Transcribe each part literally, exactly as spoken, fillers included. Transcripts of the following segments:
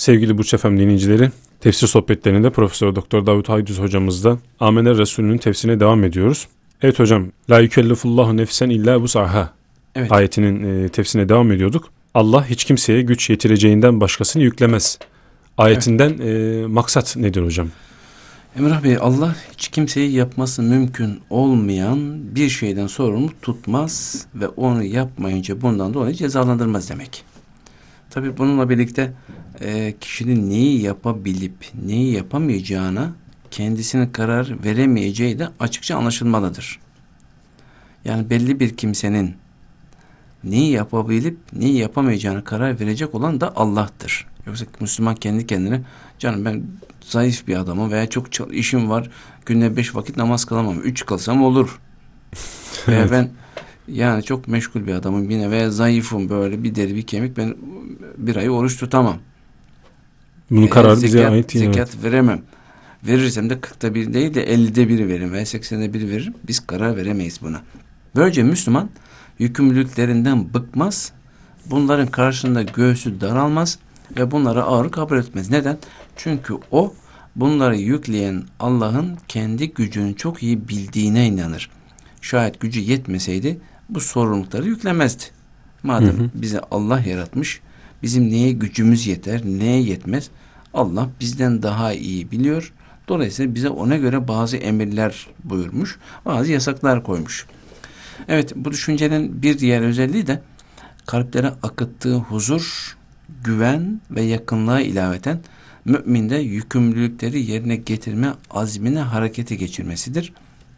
Sevgili Burç Efem dinleyicileri, tefsir sohbetlerinde Profesör Doktor Davut Haydüz hocamızla Amener Resulü'nün tefsirine devam ediyoruz. Evet hocam, la yükellifullahu nefsen illa vus'aha evet. ayetinin e, tefsirine devam ediyorduk. Allah hiç kimseye güç yetireceğinden başkasını yüklemez. Ayetinden evet. e, maksat nedir hocam? Emrah Bey, Allah hiç kimseyi yapması mümkün olmayan bir şeyden sorumlu tutmaz ve onu yapmayınca bundan dolayı cezalandırmaz demek. Tabii bununla birlikte e, kişinin neyi yapabilip neyi yapamayacağına kendisine karar veremeyeceği de açıkça anlaşılmalıdır. Yani belli bir kimsenin neyi yapabilip neyi yapamayacağına karar verecek olan da Allah'tır. Yoksa Müslüman kendi kendine, canım ben zayıf bir adamım veya çok işim var, günde beş vakit namaz kılamam, üç kılsam olur. Veya evet. ben yani çok meşgul bir adamım yine veya zayıfım, böyle bir deri bir kemik, ben bir ay oruç tutamam. Bunun e, kararı zekat, bize ait. Zekat evet. veremem. Verirsem de kırkta bir değil de ellide biri veririm veya seksende biri veririm. Biz karar veremeyiz buna. Böylece Müslüman yükümlülüklerinden bıkmaz, bunların karşısında göğsü daralmaz ve bunlara ağır kabul etmez. Neden? Çünkü o bunları yükleyen Allah'ın kendi gücünü çok iyi bildiğine inanır. Şayet gücü yetmeseydi bu sorumlulukları yüklemezdi. Madem hı hı. bize Allah yaratmış, bizim neye gücümüz yeter, neye yetmez, Allah bizden daha iyi biliyor. Dolayısıyla bize ona göre bazı emirler buyurmuş, bazı yasaklar koymuş. Evet, bu düşüncenin bir diğer özelliği de kalplere akıttığı huzur, güven ve yakınlığa ilaveten müminde yükümlülükleri yerine getirme azmine harekete geçirmesidir.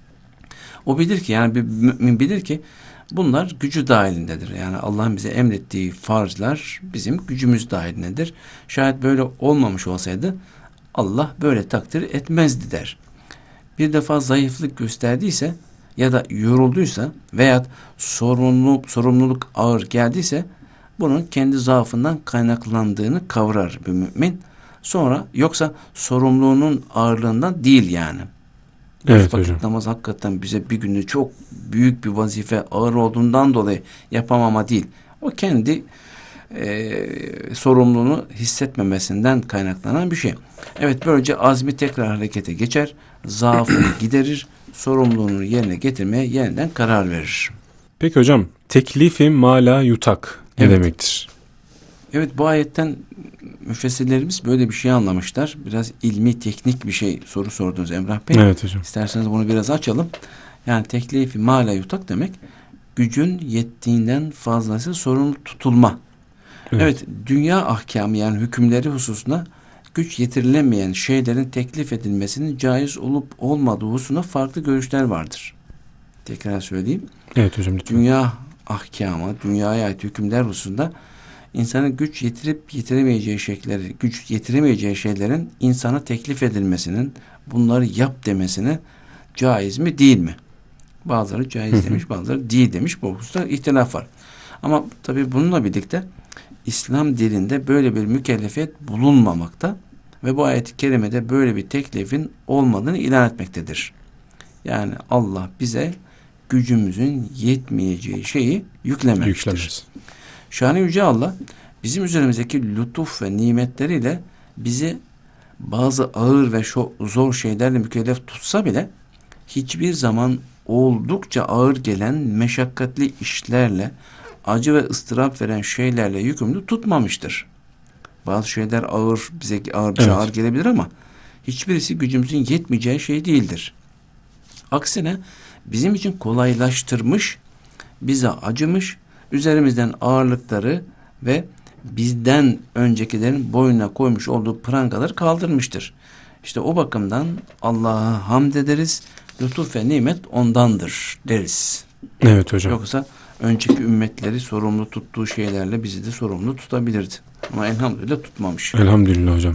O bilir ki, yani bir mümin bilir ki bunlar gücü dahilindedir. Yani Allah'ın bize emrettiği farzlar bizim gücümüz dahilindedir. Şayet böyle olmamış olsaydı Allah böyle takdir etmezdi der. Bir defa zayıflık gösterdiyse ya da yorulduysa veya sorumluluk, sorumluluk ağır geldiyse bunun kendi zaafından kaynaklandığını kavrar bir mümin. Sonra yoksa sorumluluğunun ağırlığından değil yani. Evet vakit hocam. namaz hakikaten bize bir günde çok büyük bir vazife, ağır olduğundan dolayı yapamama değil. O kendi e, sorumluluğunu hissetmemesinden kaynaklanan bir şey. Evet, böylece azmi tekrar harekete geçer, zaafını giderir, sorumluluğunu yerine getirmeye yeniden karar verir. Peki hocam, teklifi mala yutak ne evet. demektir? Evet, bu ayetten müfessirlerimiz böyle bir şey anlamışlar. Biraz ilmi, teknik bir şey soru sordunuz Emrah Bey. Evet hocam. İsterseniz bunu biraz açalım. Yani teklifi mala yutak demek, gücün yettiğinden fazlası sorumlu tutulma. Evet. evet, dünya ahkamı yani hükümleri hususuna güç yetirilemeyen şeylerin teklif edilmesinin caiz olup olmadığı hususuna farklı görüşler vardır. Tekrar söyleyeyim. Evet hocam. Lütfen. Dünya ahkamı, dünyaya ait hükümler hususunda insanın güç yetirip yetiremeyeceği şeyleri, güç yetiremeyeceği şeylerin insana teklif edilmesinin, bunları yap demesine caiz mi değil mi? Bazıları caiz demiş, bazıları değil demiş. Bu hususta ihtilaf var. Ama tabii bununla birlikte İslam dilinde böyle bir mükellefiyet bulunmamakta ve bu ayet-i kerimede böyle bir teklifin olmadığını ilan etmektedir. Yani Allah bize gücümüzün yetmeyeceği şeyi yüklememiştir. Yüklemez. Şan-ı Yüce Allah bizim üzerimizdeki lütuf ve nimetleriyle bizi bazı ağır ve zor şeylerle mükellef tutsa bile hiçbir zaman oldukça ağır gelen meşakkatli işlerle, acı ve ıstırap veren şeylerle yükümlü tutmamıştır. Bazı şeyler ağır, bize ağır, bize evet. ağır gelebilir ama hiçbirisi gücümüzün yetmeyeceği şey değildir. Aksine bizim için kolaylaştırmış, bize acımış, üzerimizden ağırlıkları ve bizden öncekilerin boynuna koymuş olduğu prangaları kaldırmıştır. İşte o bakımdan Allah'a hamd ederiz, lütuf ve nimet ondandır deriz. Evet hocam. Yoksa önceki ümmetleri sorumlu tuttuğu şeylerle bizi de sorumlu tutabilirdi. Ama elhamdülillah tutmamış. Elhamdülillah hocam.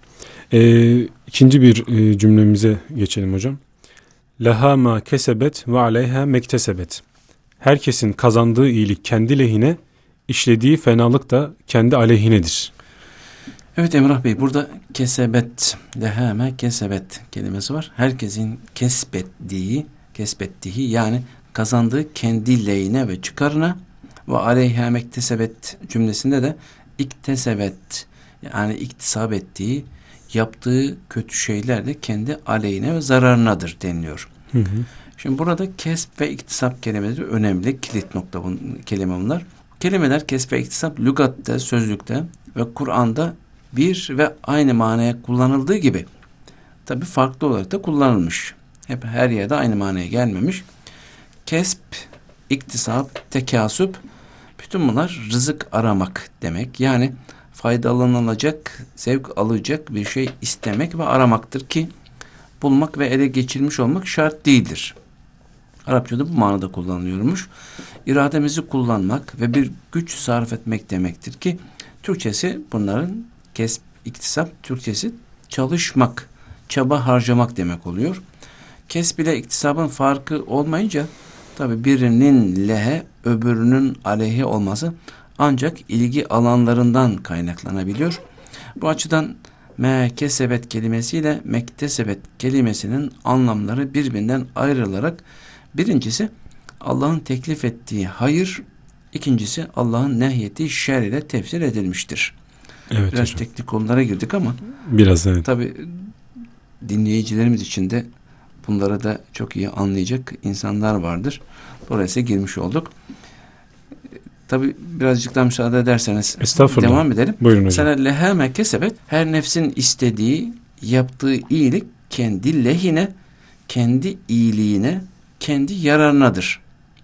Ee, ikinci bir e, cümlemize geçelim hocam. Laha ma kesebet ve aleyha mektesebet. Herkesin kazandığı iyilik kendi lehine, işlediği fenalık da kendi aleyhinedir. Evet Emrah Bey, burada kesebet, laha ma kesebet kelimesi var. Herkesin kesbettiği, kesbettiği yani kazandığı kendi lehine ve çıkarına, ve aleyha mektesebet cümlesinde de iktesebet Yani iktisap ettiği, yaptığı kötü şeyler de kendi aleyhine ve zararınadır deniliyor. Hı hı. Şimdi burada kesp ve iktisap kelimeleri önemli. Kilit nokta bu kelime bunlar. Kelimeler kesp ve iktisap lügatte, sözlükte ve Kur'an'da bir ve aynı manaya kullanıldığı gibi tabi farklı olarak da kullanılmış. Hep her yerde aynı manaya gelmemiş. Kesp, iktisap, tekasüp, bütün bunlar rızık aramak demek. Yani faydalanılacak, zevk alacak bir şey istemek ve aramaktır ki bulmak ve ele geçirmiş olmak şart değildir. Arapçada bu manada kullanılıyormuş. İrademizi kullanmak ve bir güç sarf etmek demektir ki Türkçesi bunların kesp, iktisap, Türkçesi çalışmak, çaba harcamak demek oluyor. Kesb ile iktisabın farkı olmayınca tabi birinin lehe, öbürünün aleyhe olması ancak ilgi alanlarından kaynaklanabiliyor. Bu açıdan mekesebet kelimesiyle mektesebet kelimesinin anlamları birbirinden ayrılarak birincisi Allah'ın teklif ettiği hayır, ikincisi Allah'ın nehyettiği şer ile tefsir edilmiştir. Evet, biraz hocam. teknik konulara girdik ama biraz evet. Tabii dinleyicilerimiz için de bunları da çok iyi anlayacak insanlar vardır. Dolayısıyla girmiş olduk. Tabii birazcık daha müsaade ederseniz devam edelim. Buyurun hocam. Mesela leha mekesebet, her nefsin istediği, yaptığı iyilik kendi lehine, kendi iyiliğine, kendi yararınadır.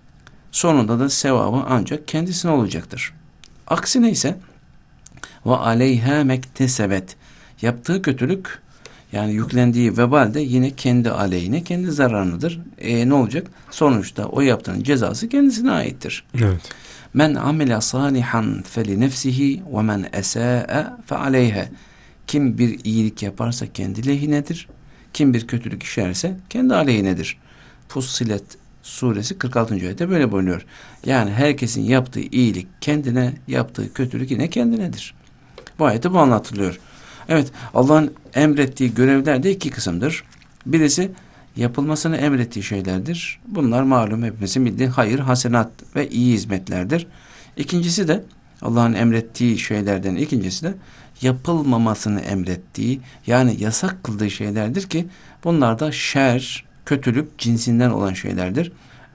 Sonunda da sevabı ancak kendisine olacaktır. Aksine ise ve aleyha mektesebet, yaptığı kötülük, yani yüklendiği vebal de yine kendi aleyhine, kendi zararınadır. E ne olacak? Sonuçta o yaptığının cezası kendisine aittir. Evet. Men amile salihan feli nefsihi ve men esa'e fe aleyha. Kim bir iyilik yaparsa kendi lehinedir. Kim bir kötülük işlerse kendi aleyhinedir. Fussilet suresi kırk altıncı ayette böyle buyuruyor. Yani herkesin yaptığı iyilik kendine, yaptığı kötülük yine kendinedir. Bu ayette bu anlatılıyor. Evet, Allah'ın emrettiği görevler de iki kısımdır. Birisi yapılmasını emrettiği şeylerdir. Bunlar malum hepimizin bildiği hayır, hasenat ve iyi hizmetlerdir. İkincisi de Allah'ın emrettiği şeylerden ikincisi de yapılmamasını emrettiği, yani yasak kıldığı şeylerdir ki bunlar da şer, kötülük cinsinden olan şeylerdir.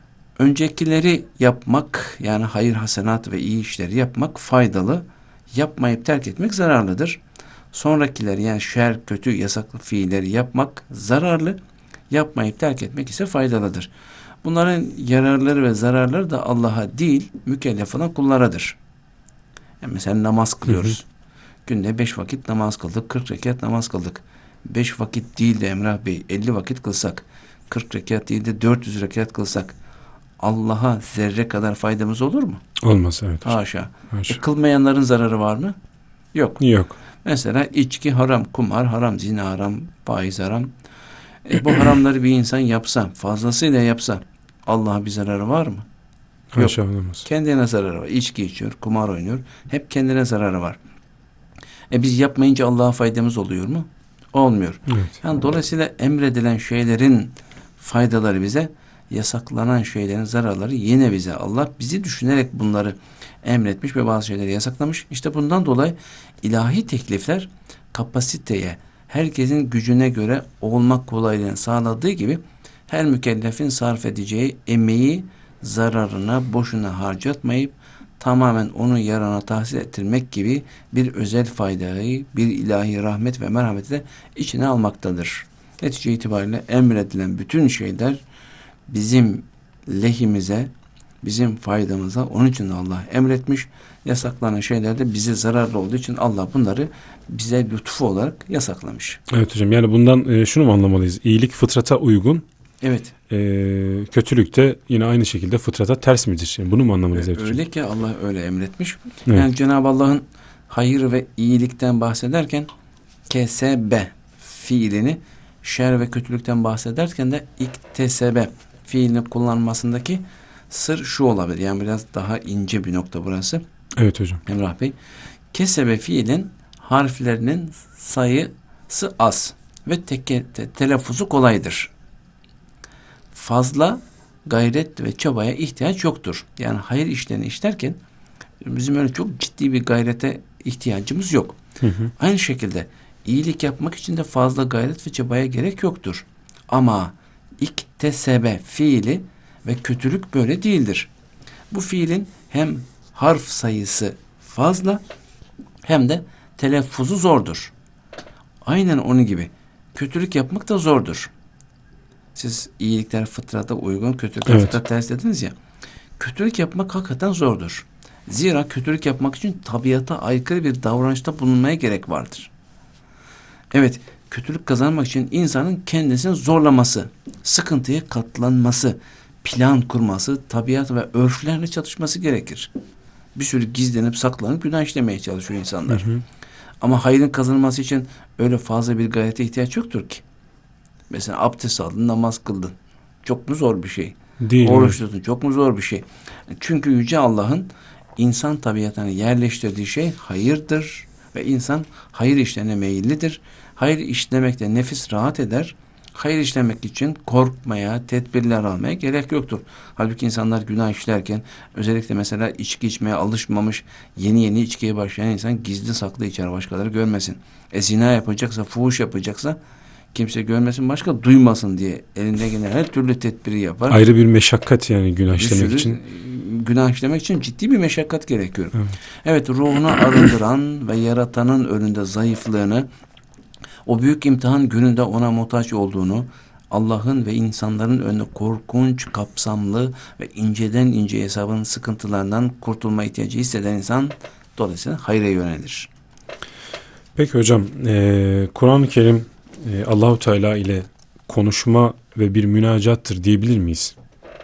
Öncekileri yapmak, yani hayır, hasenat ve iyi işleri yapmak faydalı, yapmayıp terk etmek zararlıdır. Sonrakileri, yani şer, kötü, yasaklı fiilleri yapmak zararlı, yapmayıp terk etmek ise faydalıdır. Bunların yararları ve zararları da Allah'a değil, mükellef olan kullaradır. Yani mesela namaz kılıyoruz. Hı hı. Günde beş vakit namaz kıldık, kırk rekat namaz kıldık. Beş vakit değil de Emrah Bey elli vakit kılsak, kırk rekat değil de dört yüz rekat kılsak Allah'a zerre kadar faydamız olur mu? Olmaz, evet. Haşa. Haşa. E, kılmayanların zararı var mı? Yok. Yok. Mesela içki haram, kumar haram, zina haram, faiz haram. E, bu haramları bir insan yapsa, fazlasıyla yapsa Allah'a bir zararı var mı? Yok. Haşa, olamaz. Kendine zararı var. İçki içiyor, kumar oynuyor. Hep kendine zararı var. E biz yapmayınca Allah'a faydamız oluyor mu? Olmuyor. Evet. Yani dolayısıyla emredilen şeylerin faydaları bize, yasaklanan şeylerin zararları yine bize. Allah bizi düşünerek bunları emretmiş ve bazı şeyleri yasaklamış. İşte bundan dolayı ilahi teklifler kapasiteye, herkesin gücüne göre olmak kolaylığını sağladığı gibi her mükellefin sarf edeceği emeği zararına, boşuna harcatmayıp tamamen onun yararına tahsil ettirmek gibi bir özel faydayı, bir ilahi rahmet ve merhameti de içine almaktadır. Netice itibariyle emredilen bütün şeyler bizim lehimize, bizim faydamıza, onun için Allah emretmiş. Yasaklanan şeyler de bize zararlı olduğu için Allah bunları bize lütfu olarak yasaklamış. Evet hocam, yani bundan e, şunu mu anlamalıyız? İyilik fıtrata uygun. Evet. E, kötülük de yine aynı şekilde fıtrata ters midir? Yani bunu mu anlamalıyız? Evet, öyle ki Allah öyle emretmiş. Evet. Yani Cenab-ı Allah'ın hayır ve iyilikten bahsederken kesebe fiilini, şer ve kötülükten bahsederken de iktesebe fiilini kullanmasındaki sır şu olabilir. Yani biraz daha ince bir nokta burası. Evet hocam. Emrah Bey. Kesebe fiilin harflerinin sayısı az ve teke, te, telaffuzu kolaydır. Fazla gayret ve çabaya ihtiyaç yoktur. Yani hayır işlerini işlerken bizim öyle çok ciddi bir gayrete ihtiyacımız yok. Hı hı. Aynı şekilde iyilik yapmak için de fazla gayret ve çabaya gerek yoktur. Ama iktesebe fiili ve kötülük böyle değildir. Bu fiilin hem harf sayısı fazla hem de telaffuzu zordur. Aynen onun gibi kötülük yapmak da zordur. Siz iyilikler fıtrata uygun, kötülükler evet. fıtrat ters dediniz ya. Kötülük yapmak hakikaten zordur. Zira kötülük yapmak için tabiata aykırı bir davranışta bulunmaya gerek vardır. Evet, kötülük kazanmak için insanın kendisini zorlaması, sıkıntıya katlanması, plan kurması, tabiat ve örflerle çatışması gerekir. Bir sürü gizlenip saklanıp günah işlemeye çalışıyor insanlar. Hı hı. Ama hayrın kazanılması için öyle fazla bir gayrete ihtiyaç yoktur ki. Mesela abdest aldın, namaz kıldın. Çok mu zor bir şey? Değil Oruç mi? tutun. Çok mu zor bir şey? Çünkü Yüce Allah'ın insan tabiatına yerleştirdiği şey hayırdır ve insan hayır işlerine meyillidir. Hayır işlemekte nefis rahat eder. Hayır işlemek için korkmaya, tedbirler almaya gerek yoktur. Halbuki insanlar günah işlerken, özellikle mesela içki içmeye alışmamış, yeni yeni içkiye başlayan insan gizli saklı içer, başkaları görmesin. E zina yapacaksa, fuhuş yapacaksa kimse görmesin, başka duymasın diye elinde gelen her türlü tedbiri yapar. Ayrı bir meşakkat yani günah işlemek sürü, için. Günah işlemek için ciddi bir meşakkat gerekiyor. Evet. Evet, ruhunu arındıran ve yaratanın önünde zayıflığını, o büyük imtihan gününde ona muhtaç olduğunu, Allah'ın ve insanların önünde korkunç, kapsamlı ve inceden ince hesabın sıkıntılarından kurtulma ihtiyacı hisseden insan dolayısıyla hayra yönelir. Peki hocam, e, Kur'an-ı Kerim e, Allahu Teala ile konuşma ve bir münacattır diyebilir miyiz?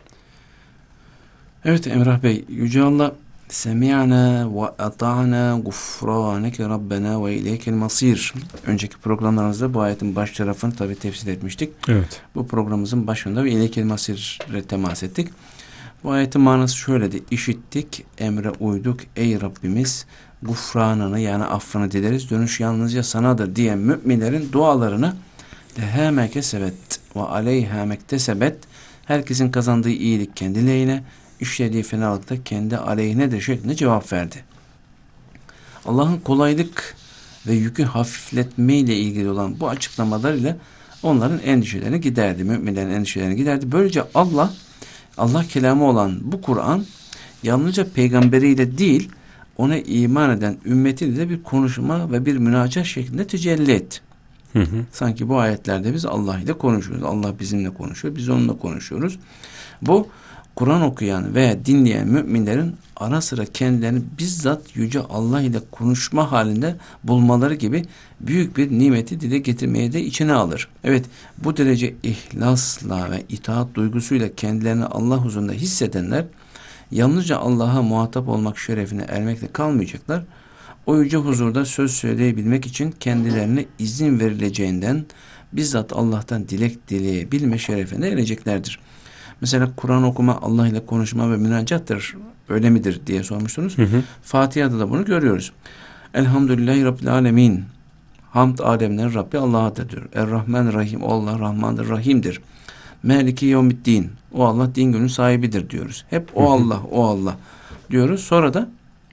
Evet Emrah Bey, Yüce Allah Semi'ana ve ata'na gufraneke rabbena ve ileykel masir. Önceki programlarımızda bu ayetin baş tarafını tabi tefsir etmiştik. Evet. Bu programımızın başında ve ileykel masir'e temas ettik. Bu ayetin manası şöyledir. İşittik, emre uyduk ey Rabbimiz, gufranını yani affını dileriz. Dönüş yalnızca sanadır diyen müminlerin dualarını leha mekesebet ve aleyha mektesebet, herkesin kazandığı iyilik kendi lehine, işlediği fenalıkta kendi aleyhinedir şeklinde cevap verdi. Allah'ın kolaylık ve yükü hafifletme ile ilgili olan bu açıklamalarıyla onların endişelerini giderdi. Müminlerin endişelerini giderdi. Böylece Allah, Allah kelamı olan bu Kur'an yalnızca peygamberiyle değil, ona iman eden ümmetiyle de bir konuşma ve bir münacat şeklinde tecelli etti. Hı hı. Sanki bu ayetlerde biz Allah ile konuşuyoruz. Allah bizimle konuşuyor. Biz onunla konuşuyoruz. Bu Kur'an okuyan veya dinleyen müminlerin ara sıra kendilerini bizzat Yüce Allah ile konuşma halinde bulmaları gibi büyük bir nimeti dile getirmeye de içine alır. Evet, bu derece ihlasla ve itaat duygusuyla kendilerini Allah huzurunda hissedenler yalnızca Allah'a muhatap olmak şerefine ermekle kalmayacaklar. O yüce huzurda söz söyleyebilmek için kendilerine izin verileceğinden bizzat Allah'tan dilek dileyebilme şerefine ereceklerdir. Mesela Kur'an okuma, Allah ile konuşma ve münacattır. Öyle midir diye sormuştunuz. Hı hı. Fatiha'da da bunu görüyoruz. Elhamdülillahi Rabbil Alemin. Hamd alemlerin Rabbi Allah'adır diyor. Er-Rahman-Rahim. O Allah Rahmandır, Rahim'dir. Meliki Yevmiddin. O Allah din günün sahibidir diyoruz. Hep o Allah, o Allah diyoruz. Sonra da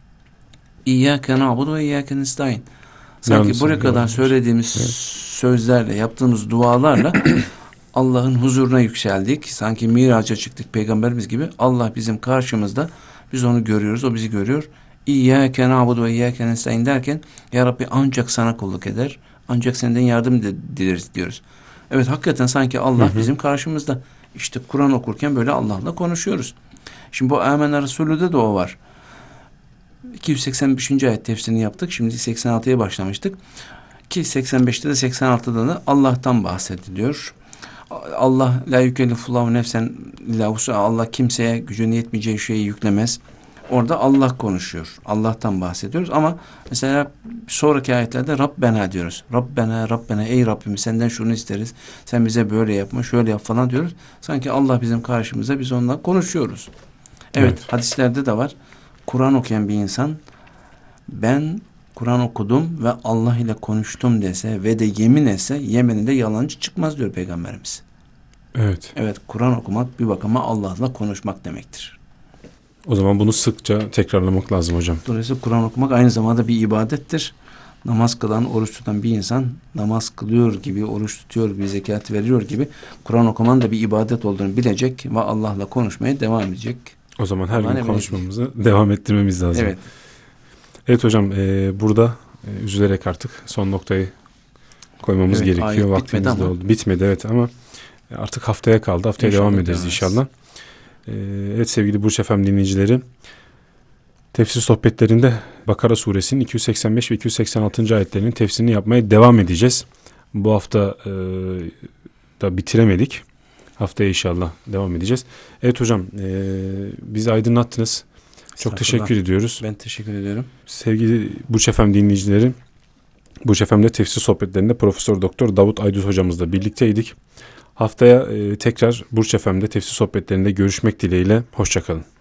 İyyâke na'budu ve iyyâke nestaîn. Sanki Yalnız buraya kadar söylediğimiz evet. sözlerle, yaptığımız dualarla Allah'ın huzuruna yükseldik. Sanki miraca çıktık peygamberimiz gibi. Allah bizim karşımızda. Biz onu görüyoruz. O bizi görüyor. İyyâke na'budu ve iyyâke nestaîn derken Ya Rabbi ancak sana kulluk eder. Ancak senden yardım dileriz diyoruz. Evet, hakikaten sanki Allah hı hı. bizim karşımızda. İşte Kur'an okurken böyle Allah'la konuşuyoruz. Şimdi bu Âmene Resulü'de de o var. iki yüz seksen beşinci ayet tefsirini yaptık. Şimdi seksen altıya başlamıştık. Ki seksen beşte de seksen altıda da Allah'tan bahsediliyor. Allah la yükellifullahu nefsen illa vus'aha. Allah kimseye gücünün yetmeyeceği şeyi yüklemez. Orada Allah konuşuyor. Allah'tan bahsediyoruz ama mesela sonraki ayetlerde Rabbena diyoruz. Rabbena, Rabbena, ey Rabbimiz senden şunu isteriz. Sen bize böyle yapma, şöyle yap falan diyoruz. Sanki Allah bizim karşımıza, biz onunla konuşuyoruz. Evet, evet. Hadislerde de var. Kur'an okuyan bir insan, ben Kur'an okudum ve Allah ile konuştum dese ve de yemin etse yemininde yalancı çıkmaz diyor Peygamberimiz. Evet. Evet, Kur'an okumak bir bakıma Allah'la konuşmak demektir. O zaman bunu sıkça tekrarlamak lazım hocam. Dolayısıyla Kur'an okumak aynı zamanda bir ibadettir. namaz kılan, oruç tutan bir insan namaz kılıyor gibi, oruç tutuyor gibi, zekat veriyor gibi Kur'an okumanın da bir ibadet olduğunu bilecek ve Allah'la konuşmaya devam edecek. O zaman her Allah'ın gün konuşmamızı devam ettirmemiz lazım. Evet. Evet hocam, e, burada e, üzülerek artık son noktayı koymamız Evet, ayet gerekiyor. bitmedi Vaktimiz de ama. oldu. Bitmedi evet ama artık haftaya kaldı. Haftaya İnşallah devam ederiz devam inşallah. E, evet sevgili Burç F M dinleyicileri, tefsir sohbetlerinde Bakara suresinin iki yüz seksen beş ve iki yüz seksen altıncı ayetlerinin tefsirini yapmaya devam edeceğiz. Bu hafta e, da bitiremedik. Haftaya inşallah devam edeceğiz. Evet hocam, e, bizi aydınlattınız. Çok teşekkür ediyoruz. Ben teşekkür ediyorum. Sevgili Burç F M dinleyicileri, Burç F M'de tefsir sohbetlerinde Profesör Doktor Davut Aydüz hocamızla birlikteydik. Haftaya e, tekrar Burç F M'de tefsir sohbetlerinde görüşmek dileğiyle. Hoşça kalın.